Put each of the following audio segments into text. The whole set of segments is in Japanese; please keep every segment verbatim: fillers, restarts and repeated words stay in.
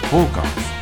フォーカス。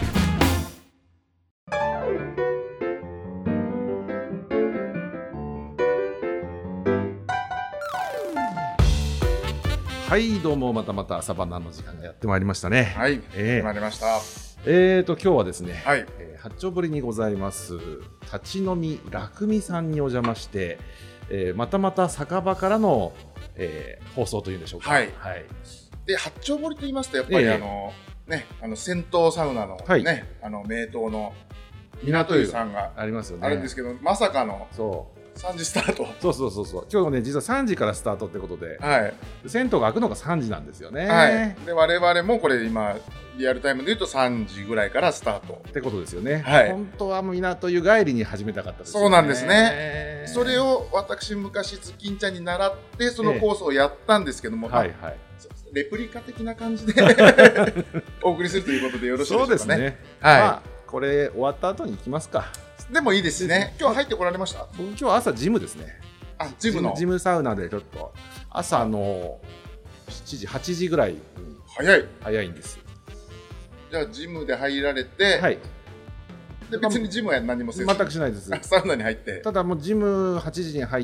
はいどうもまたまた朝晩の時間がやってまいりましたね。 はい、 えー、 決まりました。 えーと今日はですね、 はい、 えー、八丁堀にございます立ち飲み楽味さんにお邪魔して、えー、またまた酒場からの、えー、放送というんでしょうか。 はい、 はい、 で八丁堀と言いますとやっぱり、えー、あのねあの銭湯サウナのね、はい、あの名湯の港湯さんがありますよね。 あるんですけど、まさかのそうさんじスタート。 そうそうそうそう。今日ね実はさんじからスタートってことで、 はい、 銭湯が開くのがさんじなんですよね。 はい、で我々もこれ今リアルタイムで言うとさんじぐらいからスタートってことですよね。 はい、 本当はもう港湯帰りに始めたかったですよね。 そうなんですね。それを私昔ズキンちゃんに習ってそのコースをやったんですけども、えー、はいはい、レプリカ的な感じでお送りするということでよろしいでしょうかね。そうですね。 はい、まあ、これ終わった後に行きますか。 でもいいですね。今日入ってこられました？ 僕今日朝ジムですね。 あ、ジムのジムサウナでちょっと朝のしちじはちじぐらいに早い早いんです。 じゃあジムで入られて、はい、で別にジムは何もせず全くしないです。 サウナに入って、ただもうジムはちじに入って、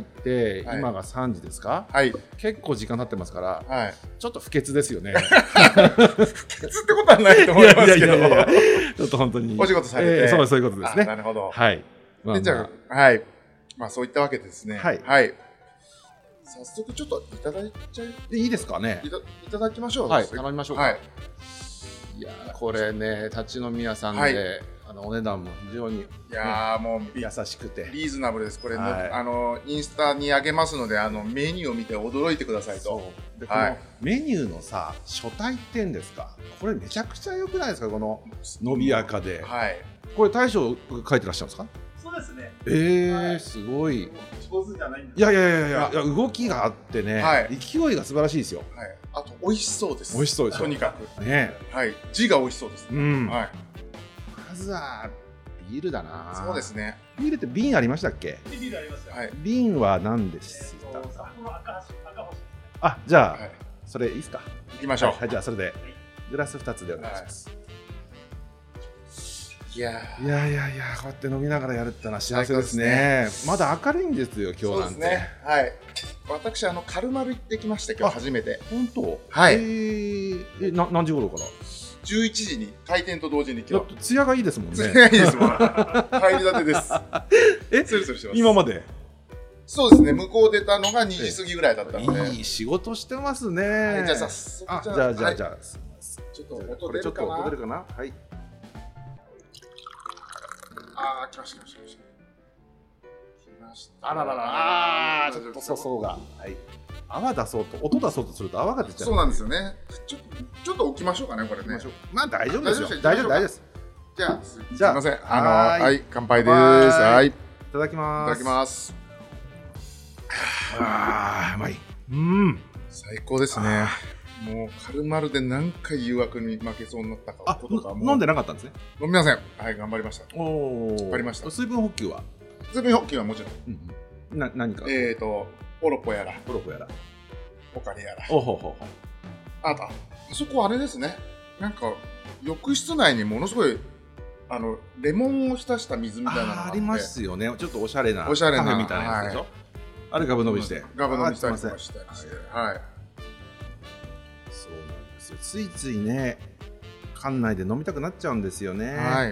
はい、今がさんじですか、はい、結構時間経ってますから、はい、ちょっと不潔ですよね。 不潔ってことはないと思いますけど、いやいやいやちょっと本当にお仕事されて、 えー、そうそういうことですね。 なるほど。 はい。 まあまあ、でじゃあはい、まあそういったわけですね。はい。はい、早速ちょっといただいちゃいいいですかね。 いた、いただきましょう。 はい。頼みましょうか。はい。いやこれね立ち飲み屋さんで、はい、あのお値段も非常に、ね、 いやもう優しくてリーズナブルです。これ、はい、あのインスタに上げますのであのメニューを見て驚いてくださいと。 でこのメニューのさ書体ってんですか、これめちゃくちゃ良くないですか、この伸びやかで、はい、これ大将書いてらっしゃるんですか？ そうですね。 えー、はい、すごい。 上手じゃないんです。 いやいやいやいや、いや動きがあってね、はい、勢いが素晴らしいですよ。 はい、あと美味しそうです。 美味しそうです。 とにかくね、 はい、字が美味しそうです。うん、はい。 まずはビールだな。 そうですね。 ビールって瓶ありましたっけ？ ビールありました。 はい。瓶は何でした？ 札幌赤星。 あ、じゃあ、はい、それいいですか？ 行きましょう。 はい、じゃあそれでグラスふたつでお願いします。はい、いやいやいやいや、こうやって飲みながらやるってのは幸せですね。ですね。まだ明るいんですよ今日なんて。そうですね。 はい。私あのカルマル行ってきました今日初めて。 本当？ はい。 えー、えな何時頃から？ じゅういちじに開店と同時に今日。 ツヤがいいですもんね。 ツヤがいいですもん。入りたてです。 え、 スルスルしてます。 今まで。 そうですね。向こう出たのがにじ過ぎぐらいだったので。 いい仕事してますね。 はい、じゃあ早速。 あ、じゃあじゃあじゃあ。 ちょっと音出るかな。 音出るかな。はい。 ああ、来ました来ました来ました。来ました。 あららら。ああ、ちょっと粗相が。はい。泡出そうと音出そうとすると泡が出ちゃう。 そうなんですよね。ちょっとちょっと置きましょうかねこれね。 まあ大丈夫ですよ。大丈夫大丈夫です。 じゃあすみません。あのはい乾杯です。はい。いただきます。 いただきます。 ああうまい。うん。 最高ですね。もうカルマルで何回誘惑に負けそうになったかことかも飲んでなかったんですね。 飲みません。はい頑張りました。 おお。 頑張りました。 水分補給は？ 水分補給はもちろん。 うん。な何か？ えっとポロポやら。 ポロポやら。 ポカリやら。 おほほほ。 あとあそこあれですね。なんか浴室内にものすごいあのレモンを浸した水みたいなのが あ, ありますよね。ちょっとおしゃれなおしゃれなカフェみたいなやつでしょ。はい、あれガブ飲みして。 ガブ飲みしたりとかして。はい。 そうなんですよ。ついついね館内で飲みたくなっちゃうんですよね。 はい。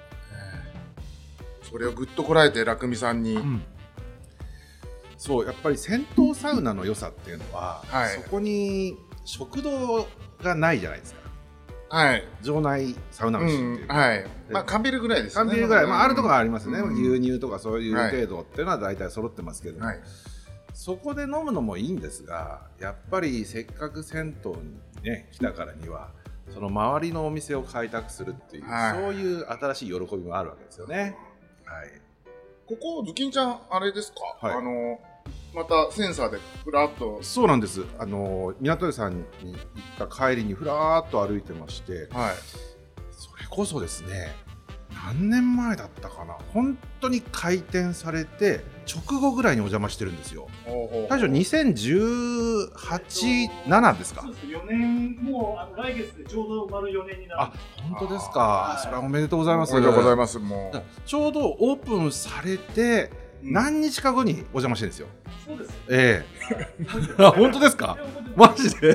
それをぐっとこらえて楽見さんに。うん、 そうやっぱり銭湯サウナの良さっていうのは、はい、そこに食堂がないじゃないですか。 はい、 場内サウナ飯っていう、 うん、はい、まあ缶ビールぐらいですね。 缶ビールぐらい、まああるところはありますね。うん、牛乳とかそういう程度っていうのは大体揃ってますけど、はい、そこで飲むのもいいんですが、やっぱりせっかく銭湯にね来たからには、その周りのお店を開拓するっていう、はい、そういう新しい喜びもあるわけですよね。はい。 ここズキンちゃんあれですか？はい、あのまたセンサーでふらっと。 そうなんです。あの港湯さんに行った帰りにふらっと歩いてまして、はい、それこそですね何年前だったかな、本当に開店されて直後ぐらいにお邪魔してるんですよ。大将にせんじゅうはち、ななですか。 そうです。よねん、もうあの来月でちょうど丸よねんになる。 あ、本当ですか。それはおめでとうございます。 おめでとうございます。もうちょうどオープンされて何日か後にお邪魔してるんですよ。 そうです。 ええ。あ、本当ですか。マジで。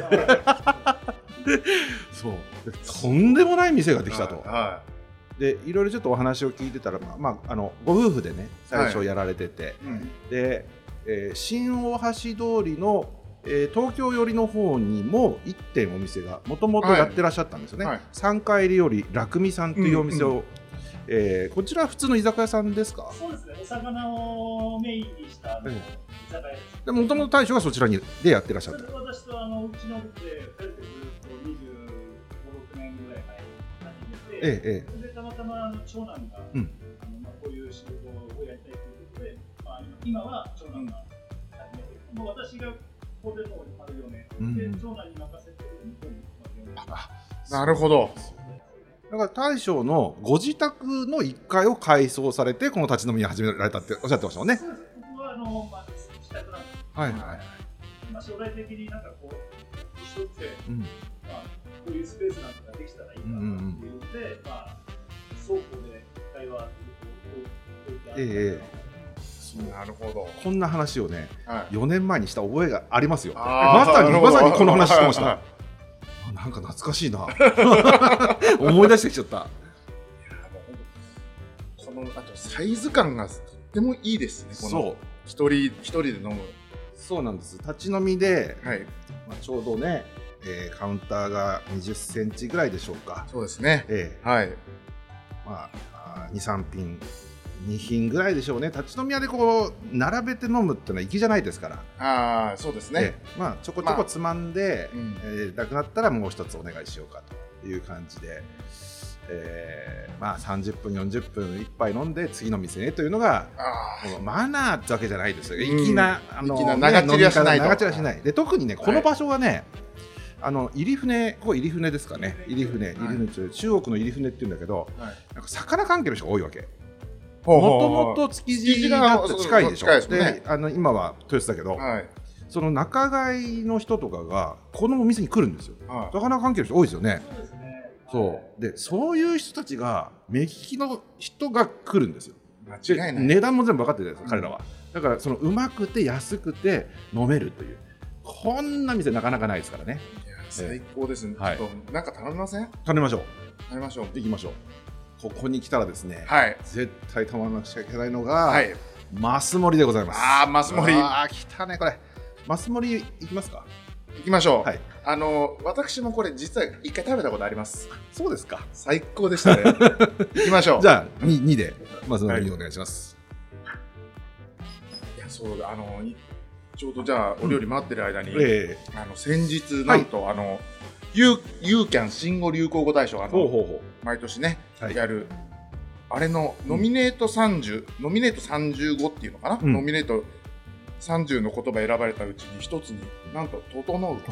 そう。とんでもない店ができたと。 はでいろいろちょっとお話を聞いてたら、まあ、あのご夫婦でね最初やられてて、はい、うん、で、えー、新大橋通りの、えー、東京寄りの方にもいってんお店がもともとやってらっしゃったんですよね、はい、さんかいりより楽味さんというお店を、うんうん、えー、こちらは普通の居酒屋さんですか。 そうですね、お魚をメインにしたあの、えー、居酒屋です。 でもともと大将がそちらにでやってらっしゃった。 私とあのうちの僕でふたりでずっとにじゅうご、ろくねんぐらい前に始めて、ええええ、たまたま長男が、うん、あのまあ、こういう仕事をやりたいということで、まあ、今は長男が始めて、もう私がここでもう丸よねん、うん、で長男に任せてる向こうに丸よねん。 あ、なるほど。 だから大将のご自宅のいっかいを改装されてこの立ち飲みを始められたっておっしゃってましたもんね。 そうです。ここはあの、まあ、自宅なんです。 はいはい。 まあ、将来的になんかこう一つで、うん、まあ、こういうスペースなんかができたらいいかなっていうので、うんうん、まあ倉庫で会話を置いてある。ええ、なるほど。 こんな話をね、はい、よねんまえにした覚えがありますよ。 まさにまさにこの話してました。なんか懐かしいな。思い出してきちゃった。いや、 もうこのあとサイズ感がとってもいいですね。この一人一人で飲む。 そうなんです。立ち飲みで、 はい、 まあ、ちょうどね、えー、カウンターがにじゅっセンチぐらいでしょうか。 そうですね。 えー、 はい。 まあ、に、さんぴんにひんぐらいでしょうね。立ち飲み屋でこう並べて飲むってのは粋じゃないですから。 ああ、そうですね。 えー、まあちょこちょこつまんで、まあ、うん、えー、なくなったらもう一つお願いしようかという感じで、えー、まあさんじゅっぷんよんじゅっぷん一杯飲んで次の店へというのがもうマナーってわけじゃないですよ。粋な、 うん、あの、ね、長散りはしないと。 長散りはしない。で特にねこの場所はね、はい、あの入船、ここ入船ですかね。入船、入船中、はい、中国の入船って言うんだけど、はい、なんか魚関係の人が多いわけ。もともと築地だって近いでしょ。で、ね、あの今は豊洲だけど、はい、その仲買の人とかがこのお店に来るんですよ。はい、魚関係の人多いですよね。そうですね。そうで、そういう人たちが目利きの人が来るんですよ。 間違いない。 値段も全部分かってるんですよ、うん、彼らは。だからそのうまくて安くて飲めるという。こんな店なかなかないですからね。 いや最高ですね。はい、ちょっとなんか頼みません？ 頼みましょう。 頼みましょう。 行きましょう。ここに来たらですね、 はい、 絶対頼まなくちゃいけないのが、はい、マス盛りでございます。 ああ、マス盛り。 ああ、来たねこれ。マス盛り行きますか？ 行きましょう。 はい、 あの私もこれ実は一回食べたことあります。 そうですか。 最高でしたね。行きましょう。 じゃあ に, にでマス盛りお願いします。 はい、いや、そうだ、あのちょうどじゃあお料理待ってる間に、うん、えー、あの先日なんと、はい、あのユーユーキャン新語・流行語大賞、あのほうほうほう毎年ね、はい、やるあれのノミネートさんじゅう、うん、ノミネートさんじゅうごっていうのかな、うん、ノミネートさんじゅうの言葉選ばれたうちに一つになんと整う。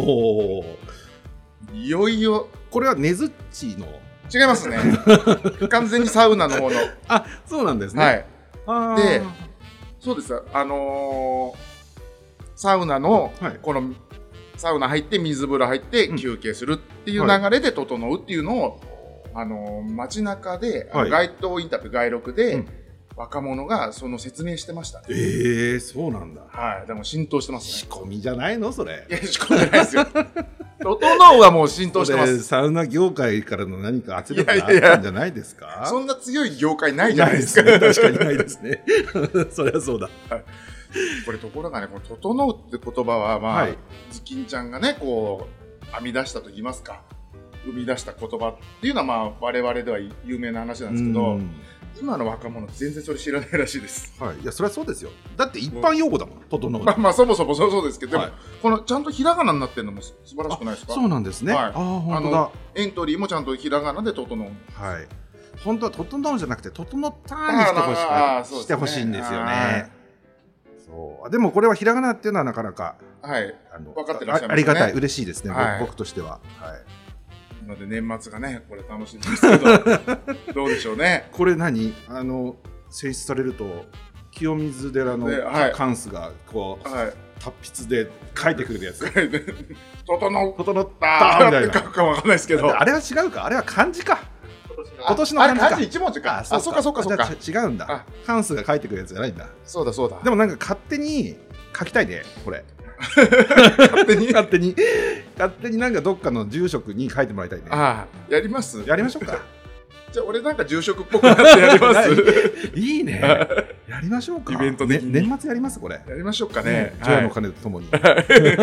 いよいよこれはねずっちの違いますね。完全にサウナの方の。 あ、そうなんですね。 はい。で、そうです。あのー、サウナの、はい、このサウナ入って水風呂入って休憩するっていう流れで整うっていうのを、うん、あのー、街中で、はい、街頭インタビュー街録で、うん、若者がその説明してましたね。 えー、そうなんだ。 はい。でも浸透してますね。 仕込みじゃないのそれ。 いや、仕込んでないですよ。整うはもう浸透してます。 サウナ業界からの何か圧力があったんじゃないですか。いやいや、 そんな強い業界ないじゃないですか。 ないですね、確かにないですね。そりゃそうだ。はい、 これところがね、この整うって言葉は、まあ、はい、ズキンちゃんがね、こう編み出したと言いますか、生み出した言葉っていうのは、まあ我々では有名な話なんですけど、今の若者全然それ知らないらしいです。 はい、いやそれはそうですよ。だって一般用語だもん、整う。 まあまあそもそもそうそうですけど、はい、でもこのちゃんとひらがなになってるのも素晴らしくないですか。 そうなんですね。はい、ああ本当だ。 エントリーもちゃんとひらがなで整う。 はい。本当は整うじゃなくて整ったにしてほしい、してほしいんですよね。そう。でもこれはひらがなっていうのはなかなか、 はい、あの分かってらっしゃいますね。 ありがたい、嬉しいですね。はい、僕としては。はい。 なので年末がねこれ楽しみですけどどうでしょうね。 これ何あの選出されると清水寺の貫主がこう、はい、達筆で書いてくれるやつ。 整整ったみたいな。 書くかわかんないですけど。 あれは違うか。あれは漢字か。 今年の漢字か。あれ漢字一文字か。 あ、そうかそうかそうか。違うんだ。貫主が書いてくるやつじゃないんだ。 そうだそうだ。 でもなんか勝手に書きたいねこれ。 勝手に勝手に勝手になんかどっかの住職に書いてもらいたいね。 ああ、やります。 やりましょうか。 じゃあ俺なんか住職っぽくなってやりますいいね。やりましょうか。 イベントで、 ね、年末やりますこれ。 やりましょうかね。 除夜の鐘とともに。 そん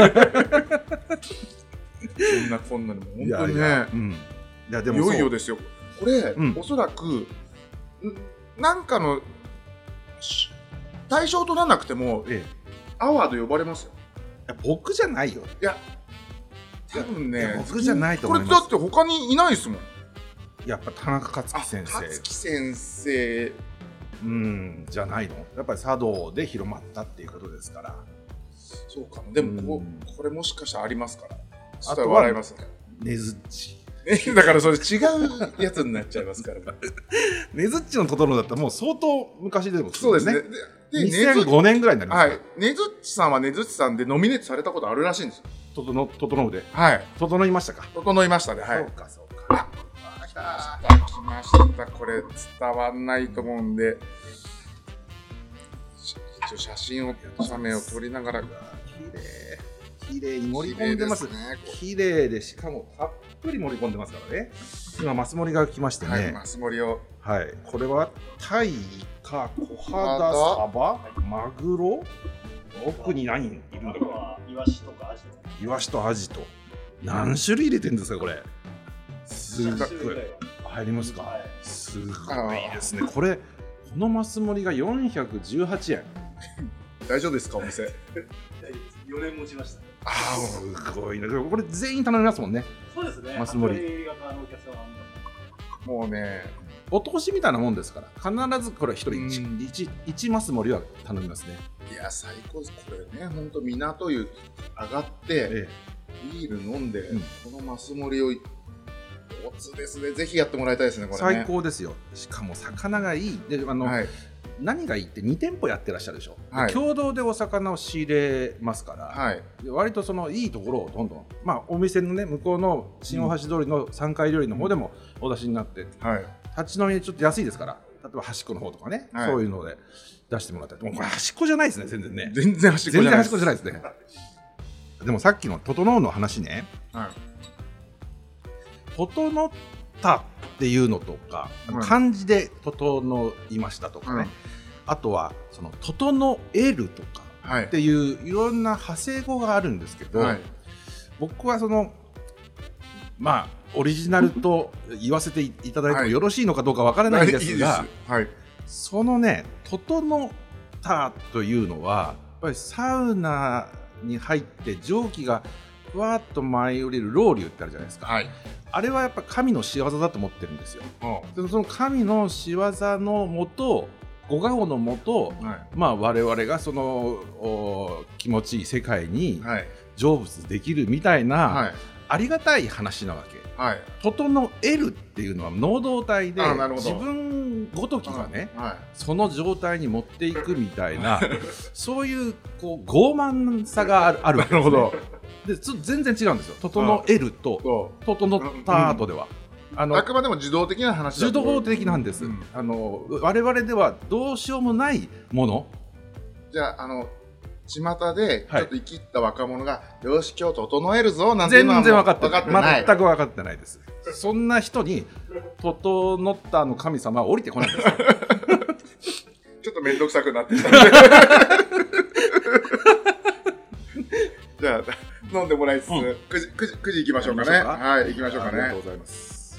なこんなのも本当にね。いや、うん、いやでもいよいよですよ。これ、うん、おそらくなんかの対象とならなくても、ええ、アワード呼ばれますよ。 いや僕じゃないよ。 いや多分ね僕じゃないと思います。 これだって他にいないですもん。 やっぱ田中克樹先生。 克樹先生うんじゃないの。やっぱり茶道で広まったっていうことですから。 そうかも。でも こ, これもしかしたらありますから。あと笑いますね。 ねずっち。 だからそれ違うやつになっちゃいますから。 ねずっちのトトロだったらもう相当昔でもそうですね。 でにせんごねんぐらいになります。 はい。ねずっちさんはねずっちさんでノミネートされたことあるらしいんですよ。 ととのととのうで。 はい。 整いましたか。 整いましたね。はい。 そうかそうか。 来ましたこれ伝わんないと思うんで一応写真を写メを撮りながら綺麗綺麗に盛り込んでますね。綺麗でしかもたっぷり盛り込んでますからね。今マス盛りが来ましてね、はい、 マス盛りをはいこれはタイか小肌サバマグロ奥に何いるんだろう。イワシとかアジとかイワシとアジと何種類入れてるんですかこれ。すごい入りますか、はい、すごいですね。これこのマス盛りがよんひゃくじゅうはちえん大丈夫ですかお店。よねん持ちました。 ああすごいね。これ全員頼みますもんね。 そうですね。 マス盛りもうねお通しみたいなもんですから必ずこれ一人いちマス盛りは頼みますね。 いや最高です。これね本当港湯上がって、ええ、ビール飲んで、うん、このマス盛りをおつですね。ぜひやってもらいたいですねこれね。 最高ですよ。しかも魚がいいであの、はい、何がいいってにてんぽやってらっしゃるでしょ、はい、共同でお魚を仕入れますから、はい、割とそのいいところをどんどん、まあ、お店のね向こうの新大橋通りのさんかい料理の方でもお出しになって、はい、立ち飲みちょっと安いですから例えば端っこの方とかね、はい、そういうので出してもらったり。もうこれ端っこじゃないですね全然ね。 全然端っこじゃないです。 全然端っこじゃないですね。でもさっきの整うの話ね、はい整ったっていうのとか、はい、漢字で整いましたとかね、はい、あとはその整えるとかっていう、はい、いろんな派生語があるんですけど、はい、僕はそのまあオリジナルと言わせていただいてもよろしいのかどうかわからないんですが、はい、そのね整ったというのはやっぱりサウナに入って蒸気がふわっと舞い降りるロウリュってあるじゃないですか、はい、あれはやっぱ神の仕業だと思ってるんですよ、うん、その神の仕業のもとご加護のもと、はい、まあ我々がその気持ちいい世界に成仏できるみたいな、はい、ありがたい話なわけ、はい、整えるっていうのは能動体で自分ごときがね、はい、その状態に持っていくみたいなそういうこう傲慢さがある、あるわけですね。なるほど。で全然違うんですよ。整えると整った後では、 うん、あのあくまでも受動的な話だと。 受動的なんです、うん、あの我々ではどうしようもないもの。 じゃああの巷でちょっと生きった若者が、はい、よし今日整えるぞなんていうのは全然分かってない。分かってない。全く分かってないです。そんな人に整ったの神様は降りてこないんですよちょっと面倒くさくなってきたんでじゃあ飲んでもらいつつ、うん、くじ、くじ、くじ行きましょうかね。はい、行きましょうかね。 ありがとうございます。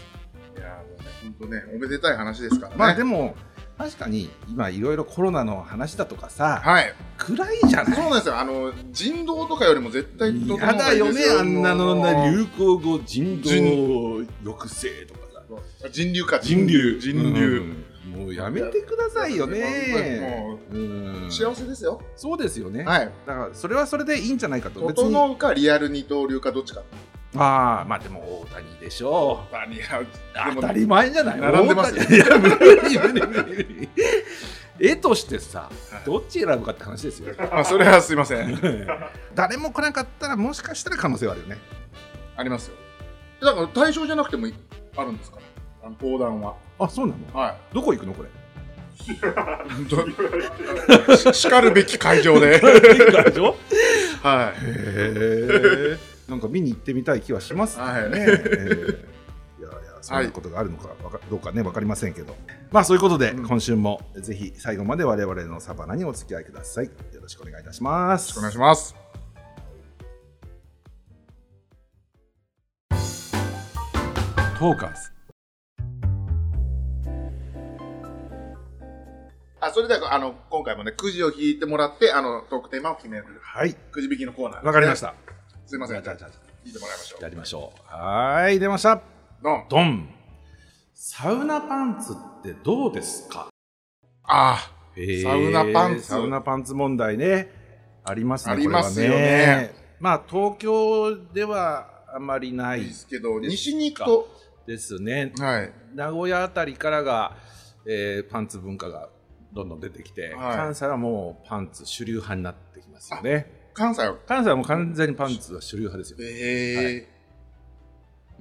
いや、もうね、本当ね、おめでたい話ですからね。 まあでも確かに今いろいろコロナの話だとかさ、はい、暗いじゃない。 そうなんですよ。あの人道とかよりも絶対整った方がいいですよ。やだよね、あんなの流行語人道抑制とかさ。 人流か。 人流。 人流。 もうやめてくださいよね。 幸せですよ。 そうですよね。はい。だからそれはそれでいいんじゃないかと。 整うかリアル二刀流かどっちか。 ああ、まあでも大谷でしょう。 大谷は当たり前じゃない。 並んでますよ。 いや無理無理無理。絵としてさ、どっち選ぶかって話ですよ。 あ、それはすいません。 誰も来なかったらもしかしたら可能性はあるよね。 ありますよ。だから対象じゃなくてもあるんですか、あの登壇は。 あ、そうなの。 はい。 どこ行くのこれ。 しかるべき会場で。 会場？ はい。 へえ。なんか見に行ってみたい気はしますね。はい、えー、いやいや、そんなことがあるのかどうかね、分かりませんけど、まあそういうことで、うん、今週もぜひ最後まで我々のサバナにお付き合いください。よろしくお願いいたします。 よろしくお願いします。 トーカーズ。 あ、それではあの今回もね、くじを引いてもらってあのトークテーマを決める、 はい、 くじ引きのコーナー、ね。 わかりました。 すいません、じゃあじゃあ引いてもらいましょう。 やりましょう。はい、出ました。 ドンドン。サウナパンツってどうですか？ ああ、サウナパンツ。 サウナパンツ問題ね、ありますね。 ありますよね。 まあ東京ではあまりないですけど、西に行くとですね。 はい。 名古屋あたりからが、えー、パンツ文化がどんどん出てきて、はい、関西はもうパンツ主流派になってきますよね。 関西は関西はもう完全にパンツは主流派ですよ。 えーはい、 うん、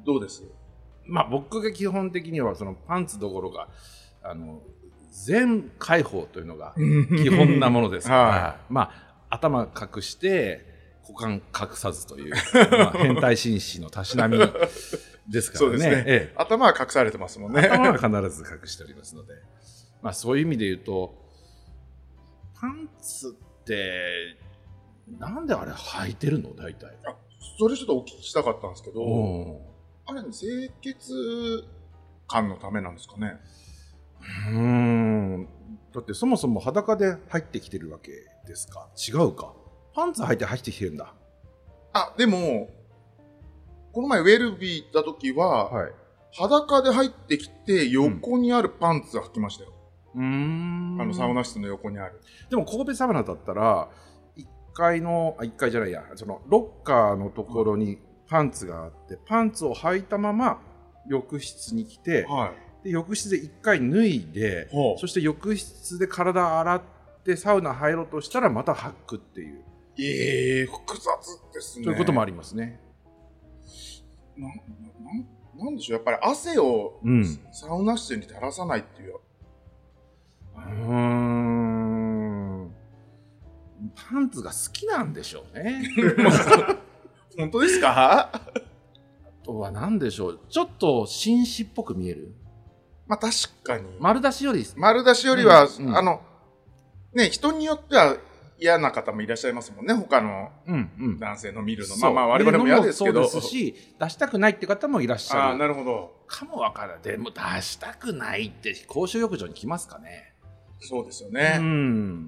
どうです？ まあ僕が基本的にはそのパンツどころかあの全開放というのが基本なものですから、はい、まあ頭隠して股間隠さずという、まあ、変態紳士のたしなみですからね。そうですね、ええ、 頭は隠されてますもんね。 頭は必ず隠しておりますので、まあそういう意味で言うとパンツってなんであれ履いてるの大体。 あ、それちょっとお聞きしたかったんですけど、あれ清潔感のためなんですかね。 うーん、だってそもそも裸で入ってきてるわけですか。違うか。パンツ履いて入ってきてるんだ。 あ、でもこの前ウェルビー行った時は、はい、裸で入ってきて横にあるパンツ履きましたよ。うーん、あのサウナ室の横にある。 でも神戸サウナだったらいっかいのあいっかいじゃないや、そのロッカーのところにパンツがあって、パンツを履いたまま浴室に来て、はい、で浴室でいっかい脱いで、そして浴室で体洗ってサウナ入ろうとしたらまた履くっていう。 えー、複雑ですね。 そういうこともありますね。 な、な、なんでしょう、やっぱり汗をサウナ室に垂らさないっていう。 うーん、パンツが好きなんでしょうね。 本当ですか？ あとは何でしょう、ちょっと紳士っぽく見える。 まあ確かに。 丸出しより丸出しよりは、うんうん、あのね、人によっては嫌な方もいらっしゃいますもんね、他の男性の見るの。うんうん、まあまあ我々も嫌ですけど。 そうですし、出したくないって方もいらっしゃる。 あ、なるほど。 かもわからない。でも出したくないって公衆浴場に来ますかね。 そうですよね。うん。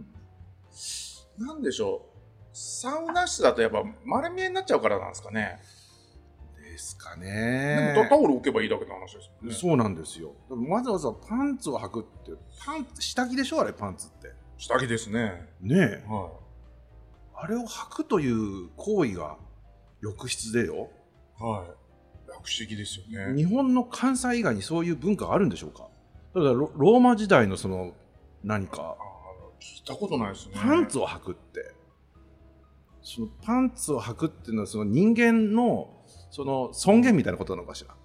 なんでしょう。サウナ室だとやっぱ丸見えになっちゃうからなんですかね。 ですかね。 でもタオル置けばいいだけの話ですよね。 そうなんですよ。でもわざわざパンツを履くって、パン下着でしょあれ、パンツって。 下着ですね。 ねえ。はい。あれを履くという行為が浴室でよ。 はい。不思議ですよね。 日本の関西以外にそういう文化があるんでしょうか。だから ロ, ローマ時代のその何か。 聞いたことないですね。 パンツを履くって。そのパンツを履くっていうのはその人間のその尊厳みたいなことなのかしら。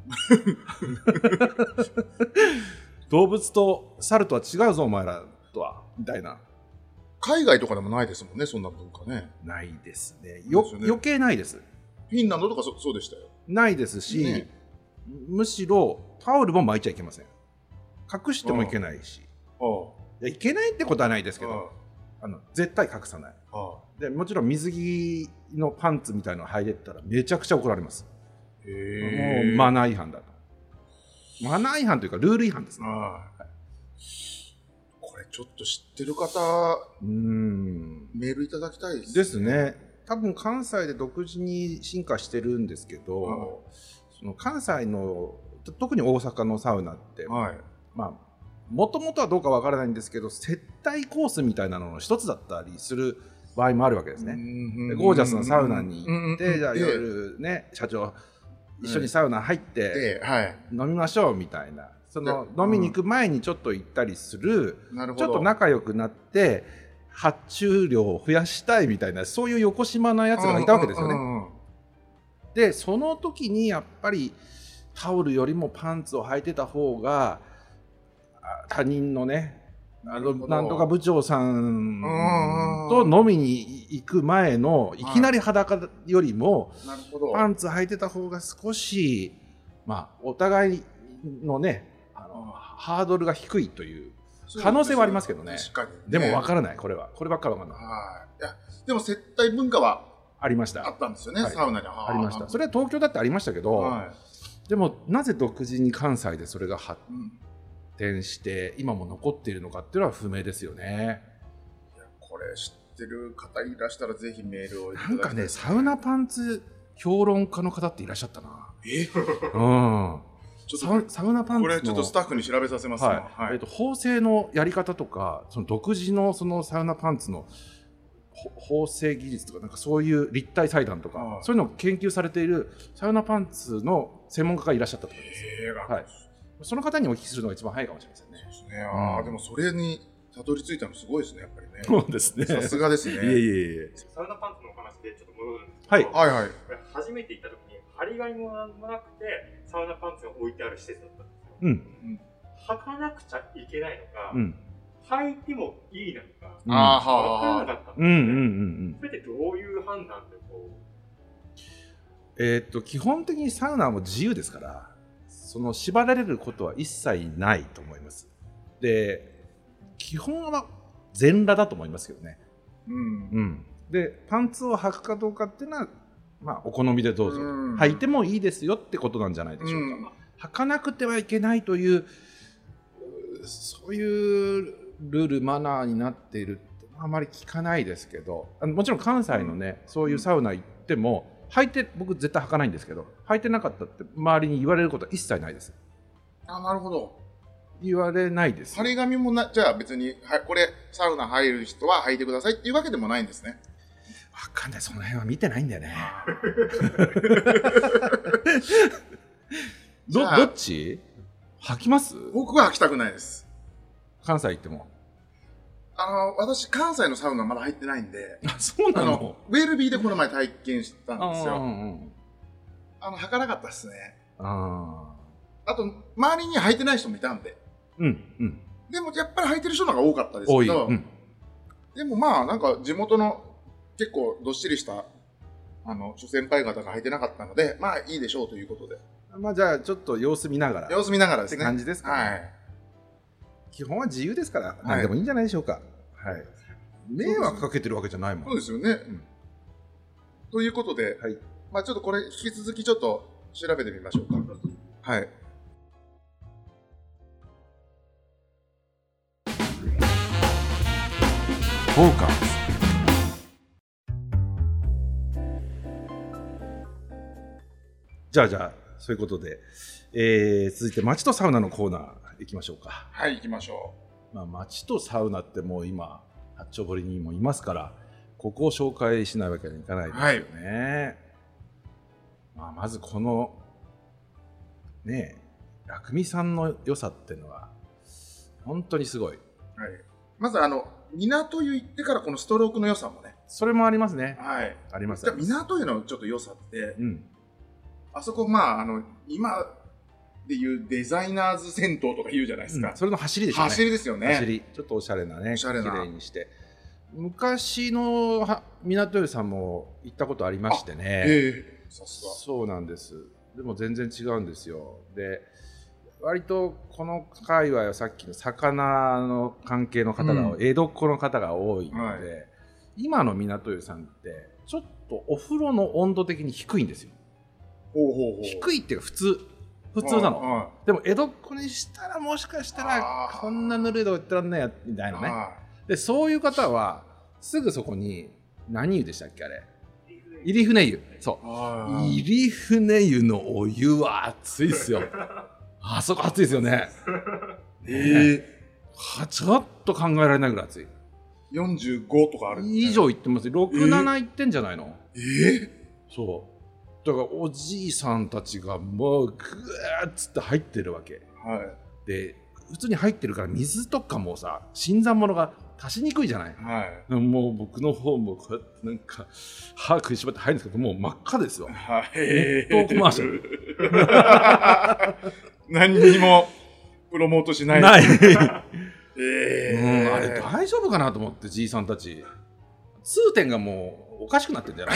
動物と猿とは違うぞお前らとはみたいな。 海外とかでもないですもんね、そんな文化ね。 ないですね。よですよね。余計ないです。 フィンランドとか そ, そうでしたよ。 ないですし、ね、むしろタオルも巻いちゃいけません。隠してもいけないし。ああ、いや、いけないってことはないですけど、ああの絶対隠さない。ああ、でもちろん水着のパンツみたいなの履いてったらめちゃくちゃ怒られます。へ、もうマナー違反だと。マナー違反というかルール違反ですね。ああ、はい、 これちょっと知ってる方、うーん、メールいただきたいですね。 ですね。多分関西で独自に進化してるんですけど、ああ、その関西の特に大阪のサウナって、はい、まあもともとはどうかわからないんですけど、接待コースみたいなのの一つだったりする場合もあるわけですね。でゴージャスなサウナに行って、じゃあ夜ね社長一緒にサウナ入って飲みましょうみたいな、その飲みに行く前にちょっと行ったりする、ちょっと仲良くなって発注量を増やしたいみたいな、そういう横島なやつがいたわけですよね。でその時にやっぱりタオルよりもパンツを履いてた方が他人のね、あのなんとか部長さんと飲みに行く前のいきなり裸よりもパンツ履いてた方が少し、まあ、お互いのねあのハードルが低いという可能性はありますけどね。でも分からない、これはこればっかり分からない。 いやでも接待文化はありました。 あったんですよね、サウナに。 ありました。それは東京だってありましたけど、でもなぜ独自に関西でそれが発展して今も残っているのかっていうのは不明ですよね。 いやこれ知ってる方いらしたらぜひメールをいただきたい。 なんかねサウナパンツ評論家の方っていらっしゃったな。 えうんちょっとサウナパンツのこれちょっとスタッフに調べさせます、ね。 はいはい、えーと縫製のやり方とかその独自のそのサウナパンツの縫製技術とかなんかそういう立体裁断とか、はい、そういうのを研究されているサウナパンツの専門家がいらっしゃったと思います。 えー、はい、 その方にお聞きするのが一番早いかもしれませんね。 そうですね。あ、うん、でもそれにたどり着いたのすごいですね、やっぱりね。 そうですね。 さすがですね。 いえいえいえ。 サウナパンツのお話でちょっと戻るんですけど、 はいはいはい。 初めて行った時に張り紙もなくてサウナパンツが置いてある施設だったんですよ。 うん。 履かなくちゃいけないのか、 うん、 履いてもいいのか、 うん、あ分からなかったんですよね。 うんうんうんうん。 それってどういう判断でこう。えー、っと基本的にサウナはもう自由ですから。その縛られることは一切ないと思います。で、基本は全裸だと思いますけどね。 うんうん、で、パンツを履くかどうかっていうのは、まあ、お好みでどうぞ、うん、履いてもいいですよってことなんじゃないでしょうか。うん、履かなくてはいけないという、そういうルール、マナーになっているってあまり聞かないですけど、あのもちろん関西のね、そういうサウナ行っても、履いて僕絶対履かないんですけど、履いてなかったって周りに言われることは一切ないです。 あ、なるほど。 言われないです。 張り紙もな、じゃあ別にはこれサウナ入る人は履いてくださいっていうわけでもないんですね。 わかんない、その辺は見てないんだよね。どどっち？履きます？ 僕は履きたくないです。 関西行っても。 あの私関西のサウナまだ入ってないんで。 あ、そうなの？あのウェルビーでこの前体験したんですよ。 あ、うんうん、 あの履かなかったですね。 ああと周りに履いてない人もいたんで。 うんうん。 でもやっぱり履いてる人の方が多かったですけど。うん、でもまあなんか地元の結構どっしりしたあの諸先輩方が履いてなかったので、まあいいでしょうということで。 まあじゃあちょっと様子見ながら。 様子見ながらですね。 って感じですかね。はい。基本は自由ですから、何でもいいんじゃないでしょうか。はい。迷惑かけてるわけじゃないもん。 そうですよね。うん、ということで、はい、まあちょっとこれ引き続きちょっと調べてみましょうか。はい。 フォーカス。じゃあじゃあそういうことで、えー、続いて街とサウナのコーナー行きましょうか。 はい、行きましょう。まあ、街とサウナってもう今八丁堀にもいますから、ここを紹介しないわけにはいかないですよね。はい、まあ、まずこのね薬味さんの良さっていうのは本当にすごい。 はい、まずあの港湯行ってからこのストロークの良さもね。 それもありますね。 はい。 あります。 じゃあ港湯のちょっと良さって、 うん、 あそこまああの今でいうデザイナーズ銭湯とか言うじゃないですか。 うん、それの走りでしょうね。 走りですよね。 走り。ちょっとおしゃれなね。 おしゃれな。 綺麗にして。昔の港湯さんも行ったことありましてね。 えー、さすが。 そうなんです。でも全然違うんですよ。で、割とこの界隈はさっきの魚の関係の方が、うん、江戸っ子の方が多いので、はい、今の港湯さんってちょっとお風呂の温度的に低いんですよ。 ほうほうほう。 低いっていうか普通。普通なの、はいはい、でも江戸っ子にしたらもしかしたらこんなぬるいとこ言ってらんないやみたいなね。でそういう方はすぐそこに何湯でしたっけあれ入船湯。そう入船湯のお湯は熱いですよ。あそこ熱いですよね。えー、ちょっと考えられないぐらい熱い。 よんじゅうごとかあるんですね。 以上いってます。ろく、なないってんじゃないの？ えー、 そうだからおじいさんたちがもうグーッつって入ってるわけ、 はい、 で普通に入ってるから水とかもさ新参者が足しにくいじゃない、 はい、 もう僕の方もこうやってなんか歯食いしばって入るんですけどもう真っ赤ですよ、 はい、 ネットコマーシャル何にもプロモートしないないえー、うん、あれ大丈夫かなと思ってじいさんたち通点がもうおかしくなってんじゃない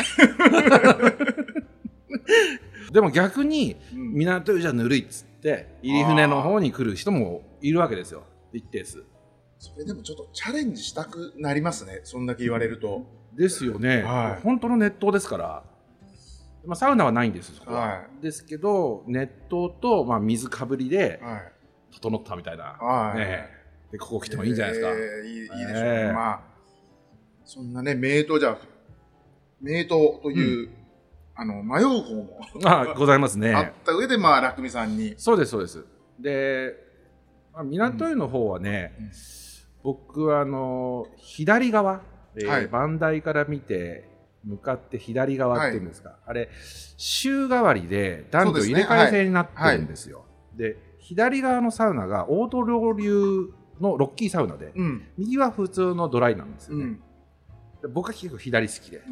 でも逆に港湯じゃぬるいっつって入船の方に来る人もいるわけですよ一定数。 それでもちょっとチャレンジしたくなりますね、そんだけ言われると。 ですよね、はい、本当の熱湯ですから、まあ、サウナはないんですそこは、はい、ですけど熱湯と、まあ、水かぶりで整ったみたいな、はいね、でここ来てもいいんじゃないですか、 えー、いい、いいでしょう、えー、まあそんなね名湯じゃ名湯という、うん、あの迷う方もあございますね。 あった上でまあ楽見さんに。 そうですそうです。で、まあ、港湯の方はね、うんうん、僕はあの左側、えーはい、番台から見て向かって左側っていうんですか、はい、あれ週替わりで男女入れ替え制になってるんですよ。で、ねはいはい、左側のサウナがオートロウリュのロッキーサウナで、うん、右は普通のドライなんですよね、うん、で僕は結構左好きで、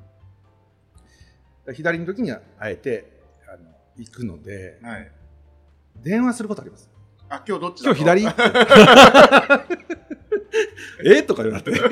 はい、左の時にはあえてあの行くので、はい、電話することあります。 あ、今日どっちだ今日左えとか言われて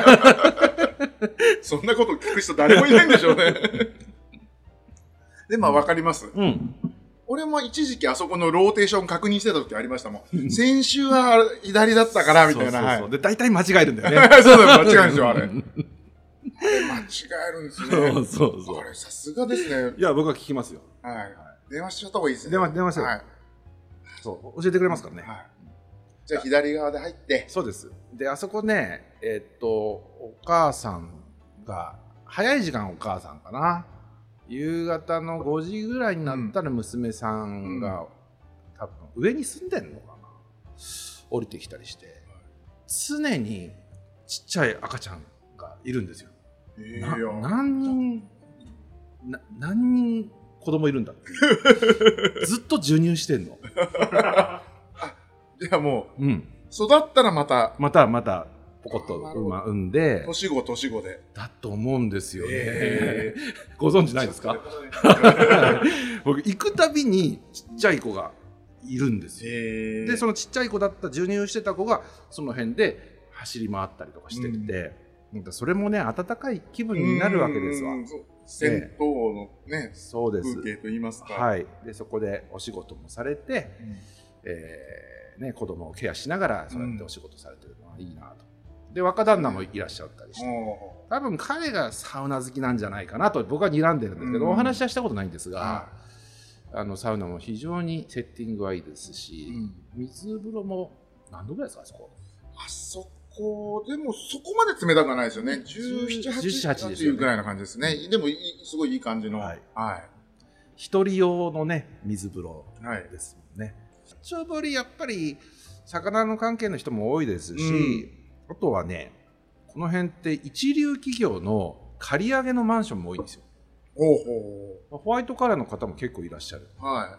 そんなこと聞く人誰もいないんでしょうねでまあ分かります、うん、俺も一時期あそこのローテーション確認してた時ありましたもん先週は左だったからみたいな。そうそうそう、 で大体間違えるんだよねそうだ間違えるんですよあれ間違えるんですね。 そうそうそう、 あれさすがですね。 いや僕は聞きますよ、 はいはい、電話しちゃった方がいいですね。 電話電話しちゃう、はい、そう教えてくれますからね、はい、 じゃあ左側で入って。 そうです。であそこねえー、っとお母さんが早い時間お母さんかな夕方のごじぐらいになったら娘さんが、うん、多分上に住んでんのかな降りてきたりして常にちっちゃい赤ちゃんがいるんですよ。えー、な何人な何人子供いるんだってずっと授乳してんのあじゃあもう、うん、育ったらまたまたまたポコッと産んで年子年子でだと思うんですよね、えー、ご存知ないですか僕行くたびにちっちゃい子がいるんですよ、えー、でそのちっちゃい子だった授乳してた子がその辺で走り回ったりとかしてて、うん、それもね温かい気分になるわけですわ。 銭湯のね、 そうです風景と言いますか、 はい、でそこでお仕事もされて、うんえーね、子供をケアしながらそうやってお仕事されてるのはいいなと。で若旦那もいらっしゃったりして、多分彼がサウナ好きなんじゃないかなと僕は睨んでるんですけど、うん、お話はしたことないんですが、うん、あのサウナも非常にセッティングはいいですし、うん、水風呂も何度ぐらいですかあそこ。 あそこでもそこまで冷たくはないですよね。じゅうなな、はちぐらいな感じですね。でもすごいいい感じの、はいはい、 一人用のね水風呂ですもんね。ちょぶりやっぱり魚の関係の人も多いですし、うん、あとはねこの辺って一流企業の借り上げのマンションも多いんですよ。 ほうほう。 ホワイトカラーの方も結構いらっしゃる、はい、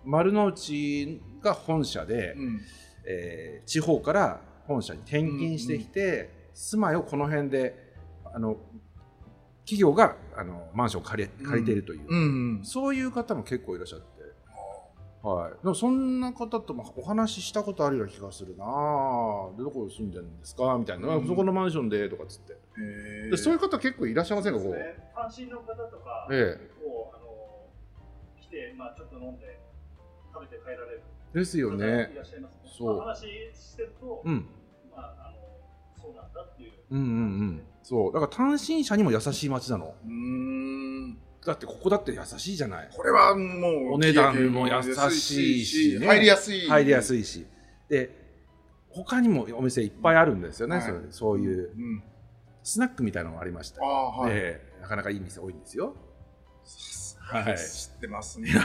丸の内が本社で、うんえー、地方から本社に転勤してきて、うんうん、住まいをこの辺であの企業があのマンションを借り、借りているという、うんうんうん、そういう方も結構いらっしゃって、はい、でもそんな方とお話ししたことあるような気がするな。でどこに住んでるんですかみたいな、うん、そこのマンションでとかっつってでそういう方結構いらっしゃいませんか。 そうですね、単身の方とか、ええ、こうあの来て、まあ、ちょっと飲んで食べて帰られるですよね。 いらっしゃいますね。そう、まあ、話してると、うんまあ、あのそうなんだっていう。 うんうんうん。そうだから単身者にも優しい街なの。うーん。だってここだって優しいじゃない。 これはもうお値段も優しいし、 ね、入りやすい入りやすいし、で他にもお店いっぱいあるんですよね。はい、そう、そういう、うん、スナックみたいなのがありました。あ、はい、でなかなかいい店多いんですよ。 はい、知ってますね。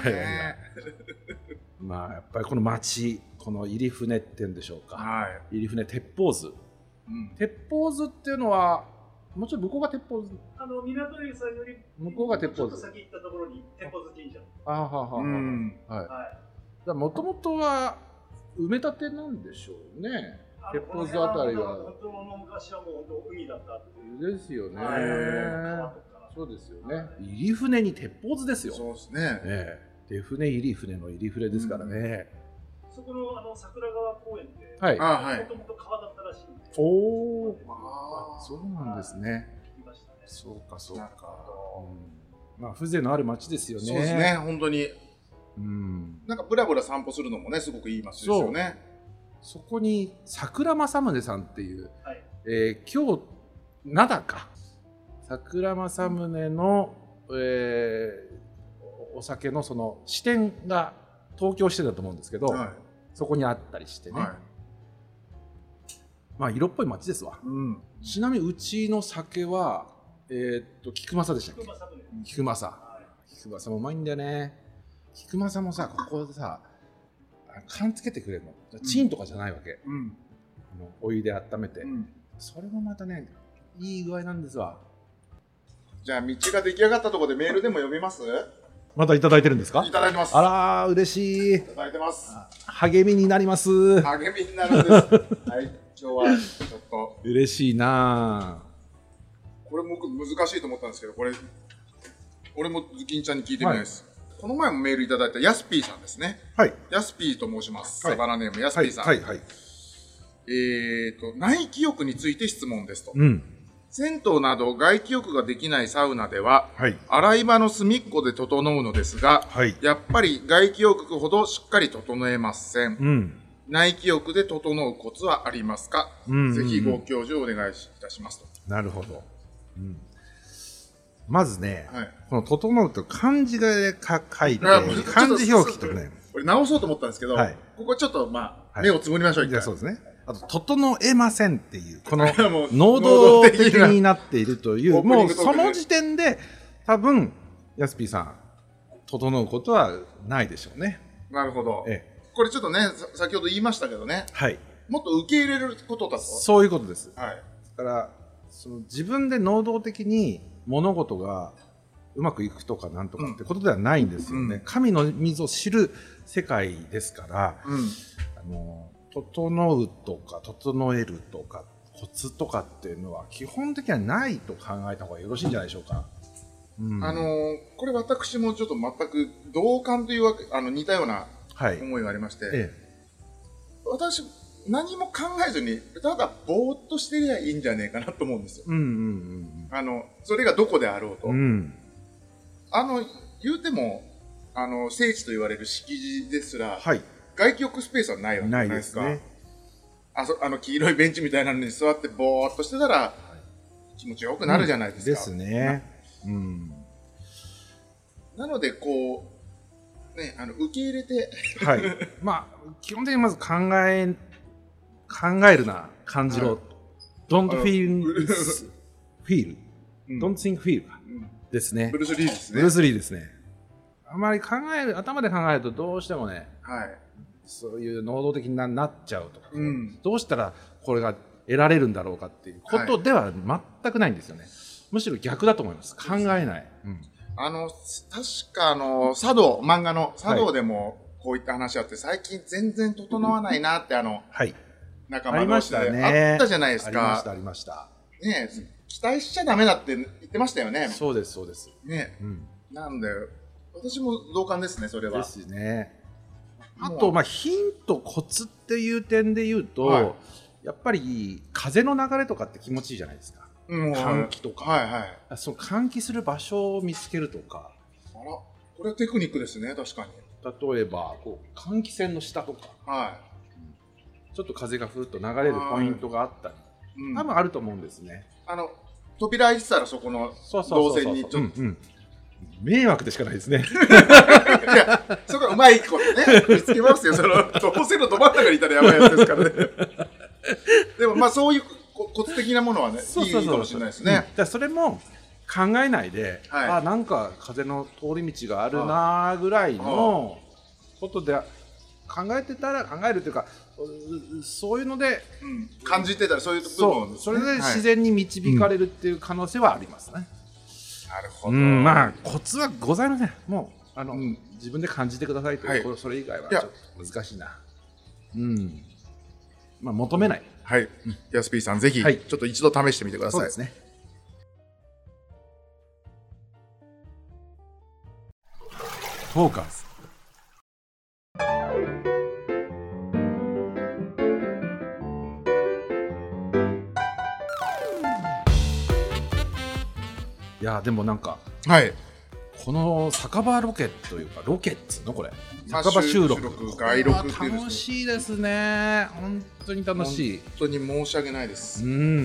まあやっぱりこの町、この入船っていうんでしょうか、はい、入船鉄砲図うん、鉄砲図っていうのはもちろん向こうが鉄砲図、 あの港湯さんより向こうが鉄砲図、 ちょっと先行ったところに鉄砲図神社。 あははは、うん、はい。はい、もともとは埋め立てなんでしょうね。鉄砲図あたりは。 本当の昔はもう本当海だったっていう。ですよね。そうですよね。入り船に鉄砲図ですよ。 そうですね。 ええ、出船入り船の入り船ですからね。 うん、そこのあの桜川公園で、 はい。 もともと川だったらしいんで。 おお。ああ、そうなんですね。そうかそうか。うん、まあ風情のある街ですよね。 そうですね。本当に。うん。なんかブラブラ散歩するのもね、すごくいい街ですよね。 そこに桜正宗さんっていう、はい、えー、今日灘か桜正宗の、えー、お酒のその支店が東京支店だと思うんですけど、はい、そこにあったりしてね、はい、まあ色っぽい街ですわ、うん、ちなみにうちの酒はえー、っと菊正でしたっけ。菊正、はい、菊正もうまいんだよね。菊正もさここでさ缶つけてくれるの、チンとかじゃないわけ、うん、あのお湯で温めて、うん、それもまたねいい具合なんですわ。 じゃあ道が出来上がったところでメールでも読みます。 またいただいてるんですか。 いただいてます。 あら嬉しい。いただいてます。 励みになります。 励みになるんですはい、今日はちょっと嬉しいな。 これ僕難しいと思ったんですけど、これ俺もズキンちゃんに聞いてみたいです、はい、この前もメールいただいたヤスピーさんですね。はい。ヤスピーと申します。サバナネームヤスピーさん。はいはいはい、えーと内気浴について質問ですと。うん。銭湯など外気浴ができないサウナでは、はい、洗い場の隅っこで整うのですが、はい、やっぱり外気浴ほどしっかり整えません。うん。内気浴で整うコツはありますか。うんうんうん、ぜひご教授をお願いいたしますと。 なるほど。うん、まずね、はい、この整うと漢字で書いて漢字表記とね、 これ直そうと思ったんですけど、はい、ここちょっとまあ、はい、目をつぶりましょう。 じゃあそうですね。あと整えませんっていうこの能動的になっているというもうその時点で多分ヤスピーさん整うことはないでしょうね。 なるほど。ええ、これちょっとね先ほど言いましたけどね。はい。もっと受け入れることだと。 そういうことです。はい。だからその自分で能動的に物事がうまくいくとかなんとかってことではないんですよね。うん、神の水を知る世界ですから、うん、あの整うとか整えるとかコツとかっていうのは基本的にはないと考えた方がよろしいんじゃないでしょうか。 うん、あのー、これ私もちょっと全く同感というわけあの似たような思いがありまして、はい、ええ、私何も考えずにただぼーっとしてりゃいいんじゃねえかなと思うんですよ。うんうんうん、あのそれがどこであろうと、うん、あの言うてもあの聖地と言われる敷地ですら、はい、外気浴スペースはないわけじゃないですか。ないですね。あそあの黄色いベンチみたいなのに座ってぼーっとしてたら気持ちよくなるじゃないですか。 うん、ですね。うん、 なのでこうねあの受け入れて、 はい、まあ基本的にまず考え考えるな感じろ、はい、Don't feel feel、うん、Don't think feel、うん、ですね。 ブルース・リーですね。 ブルース・リーですね。あまり考える頭で考えるとどうしてもね、はい、そういう能動的に な, なっちゃうとか、うん、どうしたらこれが得られるんだろうかっていうことでは全くないんですよね。はい、むしろ逆だと思います。考えない。うん、 あの確かあの茶道漫画の茶道でもこういった話あって、最近全然整わないなってあの、はい、仲間同士であったじゃないですか。ありましたありました。ねえ、期待しちゃダメだって言ってましたよね。 そうですそうです。 ね、うん、なんで私も同感ですねそれは。 ですね。あとまあヒントコツっていう点で言うと、はい、やっぱり風の流れとかって気持ちいいじゃないですか。換気とか、はいはい、その換気する場所を見つけるとか。 あら、これはテクニックですね。確かに。 例えばこう換気扇の下とか、はい、ちょっと風がふっと流れるポイントがあったり、うん、多分あると思うんですね。 あの扉開いてたらそこの動線にちょっと迷惑でしかないですね。 いや、そこはうまいことね見つけますよ。その動線のど真ん中にいたらやばいやつですからね。でもまあそういうコツ的なものはね、そうそうそう、いいかもしれないですね。 うん、だそれも考えないで、はい、あなんか風の通り道があるなぐらいのことで考考えてたら考えるというかそういうので、 うん、感じてたらそういう部分を、ね、それで自然に導かれるっていう可能性はありますね、はい、 うん、なるほど、 うん、まあコツはございません。もうあの、うん、自分で感じてくださいという、はい、それ以外はちょっと難しいな。うんまあ求めない。 はい、うん、ヤスピーさんぜひ、はい、ちょっと一度試してみてください。 そうですね。トーカーズ。いやでもなんか、 はい、 この酒場ロケというかロケっつうのこれ酒場収録、 外録っていう楽しいですね。本当に楽しい。 本当に申し訳ないです。 うん、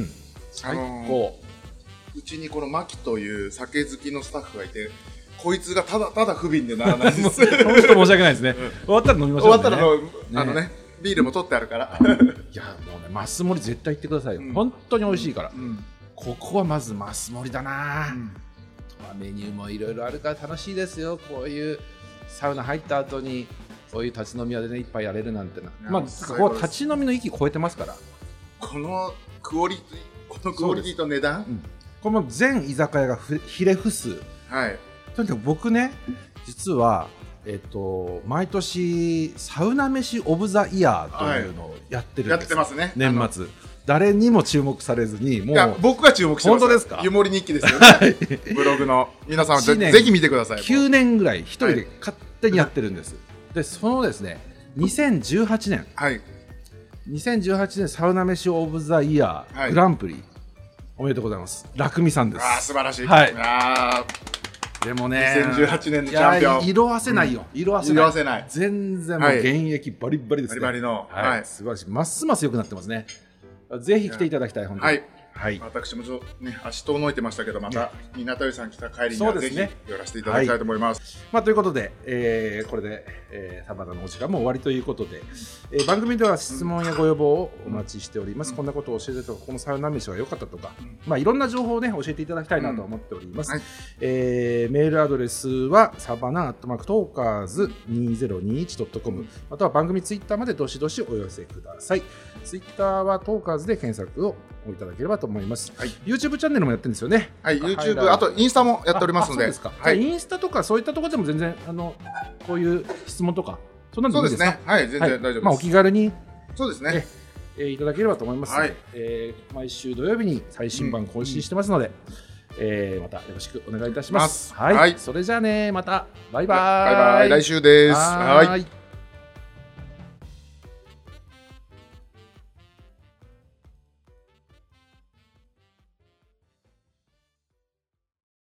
最高。 うちにこのマキという酒好きのスタッフがいて、こいつがただただ不憫でならないです。 本当申し訳ないですね。終わったら飲みましょう、ね。 終わったらあのね、ねビールも取ってあるから。 いやもうねマス盛り絶対行ってくださいよ。うん、本当に美味しいから。うんうん、ここはまずマス盛りだな。うん、メニューもいろいろあるから楽しいですよ。こういうサウナ入った後にこういう立ち飲み屋でね一杯やれるなんてな。まあここは立ち飲みの域超えてますから。 このクオリティ、このクオリティと値段。うん、 この全居酒屋がひれ伏す。 はい。 とにかく僕ね実はえっと毎年サウナ飯オブザイヤーというのをやってるんです。 やってますね。 年末。誰にも注目されずにもういや僕が注目してます。 本当ですか？ 湯守日記ですよね。ブログの皆さんぜひ見てください。 きゅうねんぐらい一人で勝手にやってるんです。はい、でそのですねにせんじゅうはちねん、 はい、 にせんじゅうはちねんサウナ飯オブザイヤーグランプリ、はい、おめでとうございます。楽美さんです。 あ素晴らしい。 はい。 あでもねにせんじゅうはちねんのチャンピオン色あせないよ、うん、色あせない、 色あせない全然もう現役バリバリですね。 バリバリの、 はいはい、素晴らしい。ますます良くなってますね。ぜひ来ていただきたい。本当に、 はいはい、私もちょっと、ね、足遠のいてましたけどまた港湯さん来た帰りにはぜひ寄らせていただきたいと思います。 はい、まあ、ということで、えー、これで、えー、サバナのお時間も終わりということで、えー、番組では質問やご要望をお待ちしております。うん、こんなことを教えてとかこのサウナ飯が良かったとか、うん、まあ、いろんな情報を、ね、教えていただきたいなと思っております。うんはい、えー、メールアドレスはサバナアットマークトーカーズにせんにじゅういちドットコム、または番組ツイッターまでどしどしお寄せください。ツイッターはトーカーズで検索をいただければと思います。はい、YouTube チャンネルもやってるんですよね。 はい、YouTube、あとインスタもやっておりますので。 そうですか。はい、インスタとかそういったところでも全然あのこういう質問とかそんなのでいいですか？ そうですね。はい、全然大丈夫です。 まあお気軽にそうですね。 えー、いただければと思います。はい、えー、毎週土曜日に最新版更新してますので、うん、えー、またよろしくお願いいたします。はい、はい、それじゃあねまたバイバイ。 バイバイ。来週です。はい。